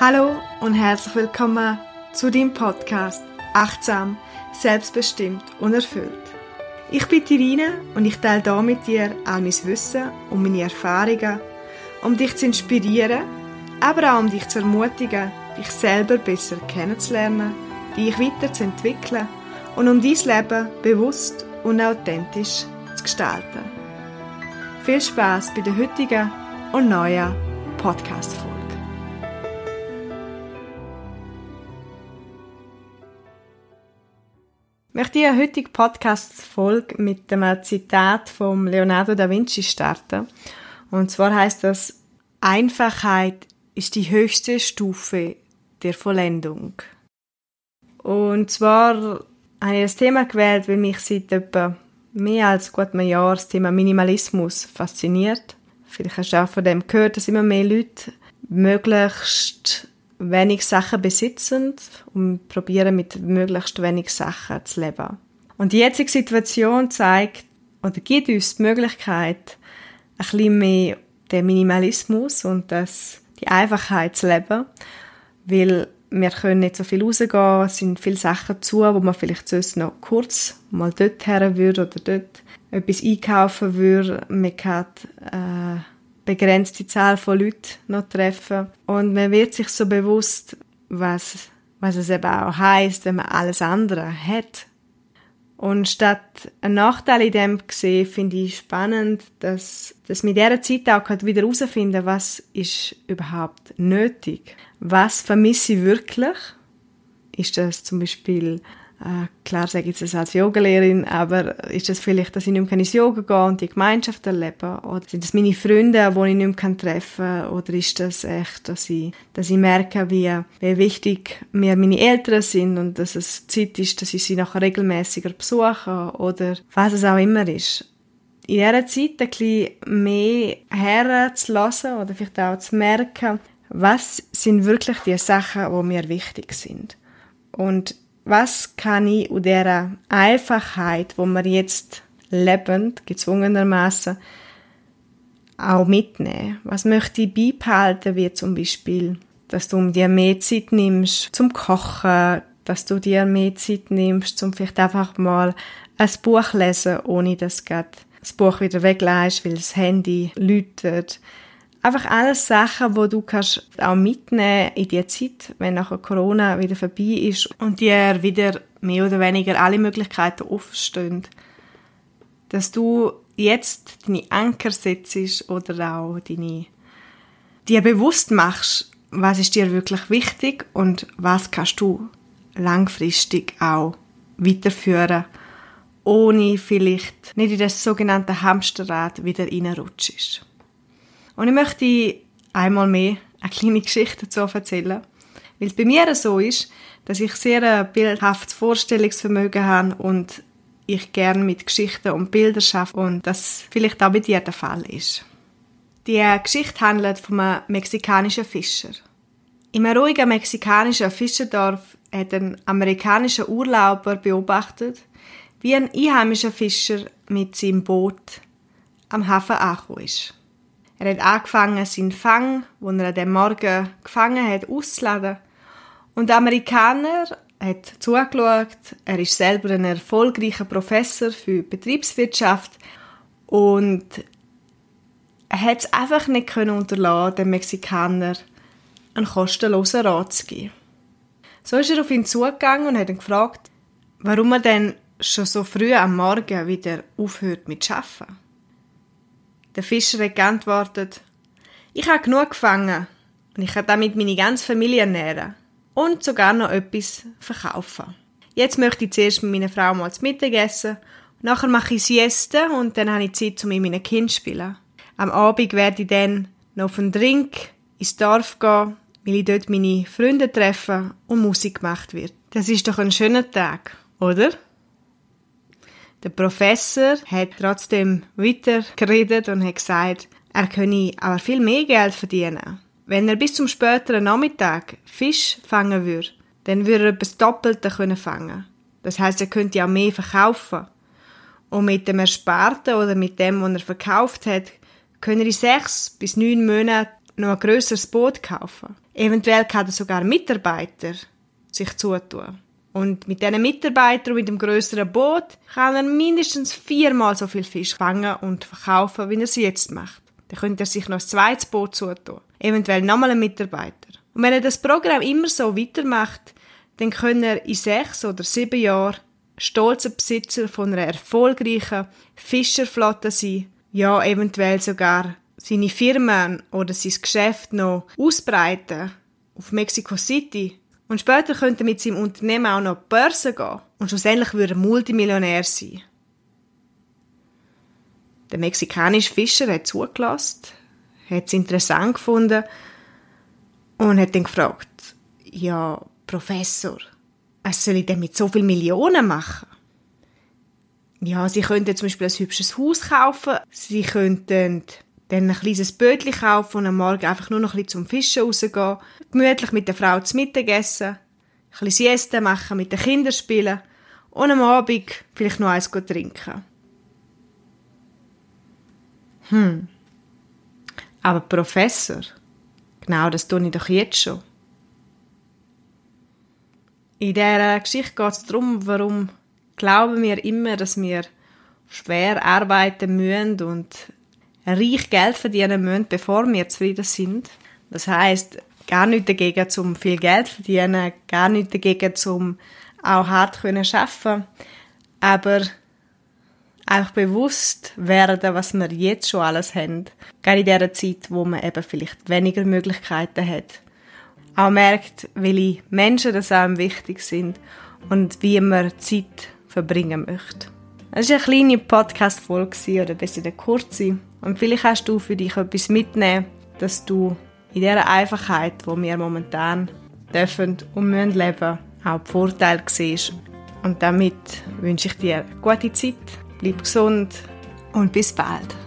Hallo und herzlich willkommen zu deinem Podcast Achtsam, selbstbestimmt und erfüllt. Ich bin Irina und ich teile hier mit dir all mein Wissen und meine Erfahrungen, um dich zu inspirieren, aber auch um dich zu ermutigen, dich selber besser kennenzulernen, dich weiterzuentwickeln und um dein Leben bewusst und authentisch zu gestalten. Viel Spaß bei der heutigen und neuen Podcast-Folge. Ich möchte die heutige Podcast-Folge mit einem Zitat von Leonardo da Vinci starten. Und zwar heißt das: Einfachheit ist die höchste Stufe der Vollendung. Und zwar habe ich das Thema gewählt, weil mich seit etwa mehr als gut einem Jahr das Thema Minimalismus fasziniert. Vielleicht hast du auch von dem gehört, dass immer mehr Leute möglichst wenig Sachen besitzen und probieren mit möglichst wenig Sachen zu leben. Und die jetzige Situation zeigt oder gibt uns die Möglichkeit, ein bisschen mehr den Minimalismus und die Einfachheit zu leben, weil wir können nicht so viel rausgehen, es sind viele Sachen zu, wo man vielleicht sonst noch kurz mal dort her würde oder dort etwas einkaufen würde. Man kann begrenzte Zahl von Leuten noch treffen. Und man wird sich so bewusst, was es eben auch heisst, wenn man alles andere hat. Und statt einen Nachteil in dem zu sehen, finde ich spannend, dass mit dieser Zeit auch wieder herausfinden, was ist überhaupt nötig. Was vermisse ich wirklich? Ist das zum Beispiel, klar sage ich das als Yogalehrerin, aber ist das vielleicht, dass ich nicht mehr ins Yoga gehe und die Gemeinschaft erlebe? Oder sind das meine Freunde, die ich nicht mehr treffen kann? Oder ist das echt, dass ich merke, wie wichtig mir meine Eltern sind und dass es Zeit ist, dass ich sie nachher regelmäßiger besuche? Oder was es auch immer ist. In dieser Zeit ein bisschen mehr herzulassen oder vielleicht auch zu merken, was sind wirklich die Sachen, die mir wichtig sind. Und was kann ich aus dieser Einfachheit, wo wir jetzt leben, gezwungenermaßen, auch mitnehmen? Was möchte ich beibehalten, wie zum Beispiel, dass du dir mehr Zeit nimmst zum Kochen, dass du dir mehr Zeit nimmst, zum vielleicht einfach mal ein Buch lesen, ohne dass du das Buch wieder weglegst, weil das Handy läutet. Einfach alles Sachen, die du kannst auch mitnehmen in die Zeit, wenn nachher Corona wieder vorbei ist und dir wieder mehr oder weniger alle Möglichkeiten offenstehen. Dass du jetzt deine Anker setzt oder auch dir bewusst machst, was ist dir wirklich wichtig und was kannst du langfristig auch weiterführen, ohne vielleicht nicht in das sogenannte Hamsterrad wieder reinrutschst. Und ich möchte einmal mehr eine kleine Geschichte dazu erzählen, weil es bei mir so ist, dass ich sehr ein bildhaftes Vorstellungsvermögen habe und ich gerne mit Geschichten und Bildern arbeite und das vielleicht auch bei dir der Fall ist. Die Geschichte handelt von einem mexikanischen Fischer. Im ruhigen mexikanischen Fischerdorf hat ein amerikanischer Urlauber beobachtet, wie ein einheimischer Fischer mit seinem Boot am Hafen angekommen ist. Er hat angefangen, seinen Fang, den er an dem Morgen gefangen hat, auszuladen. Und der Amerikaner hat zugeschaut. Er ist selber ein erfolgreicher Professor für Betriebswirtschaft. Und er hat es einfach nicht unterlassen, dem Mexikaner einen kostenlosen Rat zu geben. So ist er auf ihn zugegangen und hat ihn gefragt, warum er denn schon so früh am Morgen wieder aufhört mit Arbeiten. Der Fischer hat geantwortet: Ich habe genug gefangen und ich kann damit meine ganze Familie ernähren und sogar noch etwas verkaufen. Jetzt möchte ich zuerst mit meiner Frau mal zu Mittag essen, nachher mache ich Siesta und dann habe ich Zeit, um mit meinen Kindern zu spielen. Am Abend werde ich dann noch auf einen Drink ins Dorf gehen, weil ich dort meine Freunde treffe und Musik gemacht wird. Das ist doch ein schöner Tag, oder? Der Professor hat trotzdem weiter geredet und hat gesagt, er könne aber viel mehr Geld verdienen. Wenn er bis zum späteren Nachmittag Fisch fangen würde, dann würde er etwas Doppeltes fangen. Das heisst, er könnte auch mehr verkaufen. Und mit dem Ersparten oder mit dem, was er verkauft hat, können in 6 bis 9 Monaten noch ein grösseres Boot kaufen. Eventuell kann er sogar Mitarbeiter sich zutun. Und mit diesen Mitarbeitern und mit dem grösseren Boot kann er mindestens 4-mal so viel Fisch fangen und verkaufen, wie er es jetzt macht. Dann könnte er sich noch ein zweites Boot zutun. Eventuell nochmal einen Mitarbeiter. Und wenn er das Programm immer so weitermacht, dann kann er in 6 oder 7 Jahren stolzer Besitzer von einer erfolgreichen Fischerflotte sein. Ja, eventuell sogar seine Firmen oder sein Geschäft noch ausbreiten auf Mexico City. Und später könnte er mit seinem Unternehmen auch noch an die Börse gehen. Und schlussendlich würde er Multimillionär sein. Der mexikanische Fischer hat zugelassen, hat es interessant gefunden und hat dann gefragt, ja, Professor, was soll ich denn mit so vielen Millionen machen? Ja, Sie könnten zum Beispiel ein hübsches Haus kaufen, Sie könnten dann ein kleines Bötchen kaufen und am Morgen einfach nur noch ein bisschen zum Fischen rausgehen, gemütlich mit der Frau zu Mittag essen, ein bisschen Siesta machen, mit den Kindern spielen und am Abend vielleicht noch eins trinken. Aber Professor, genau das tue ich doch jetzt schon. In dieser Geschichte geht es darum, warum glauben wir immer, dass wir schwer arbeiten müssen und reich Geld verdienen müssen, bevor wir zufrieden sind. Das heisst, gar nichts dagegen, um viel Geld zu verdienen, gar nichts dagegen, um auch hart zu arbeiten, aber einfach bewusst werden, was wir jetzt schon alles haben. Gerade in dieser Zeit, wo man eben vielleicht weniger Möglichkeiten hat. Auch merkt, welche Menschen das einem wichtig sind und wie man Zeit verbringen möchte. Es war eine kleine Podcast-Folge oder ein bisschen eine kurze. Und vielleicht hast du für dich etwas mitnehmen, dass du in dieser Einfachheit, wo wir momentan dürfen und müssen leben, auch die Vorteile siehst. Und damit wünsche ich dir eine gute Zeit, bleib gesund und bis bald.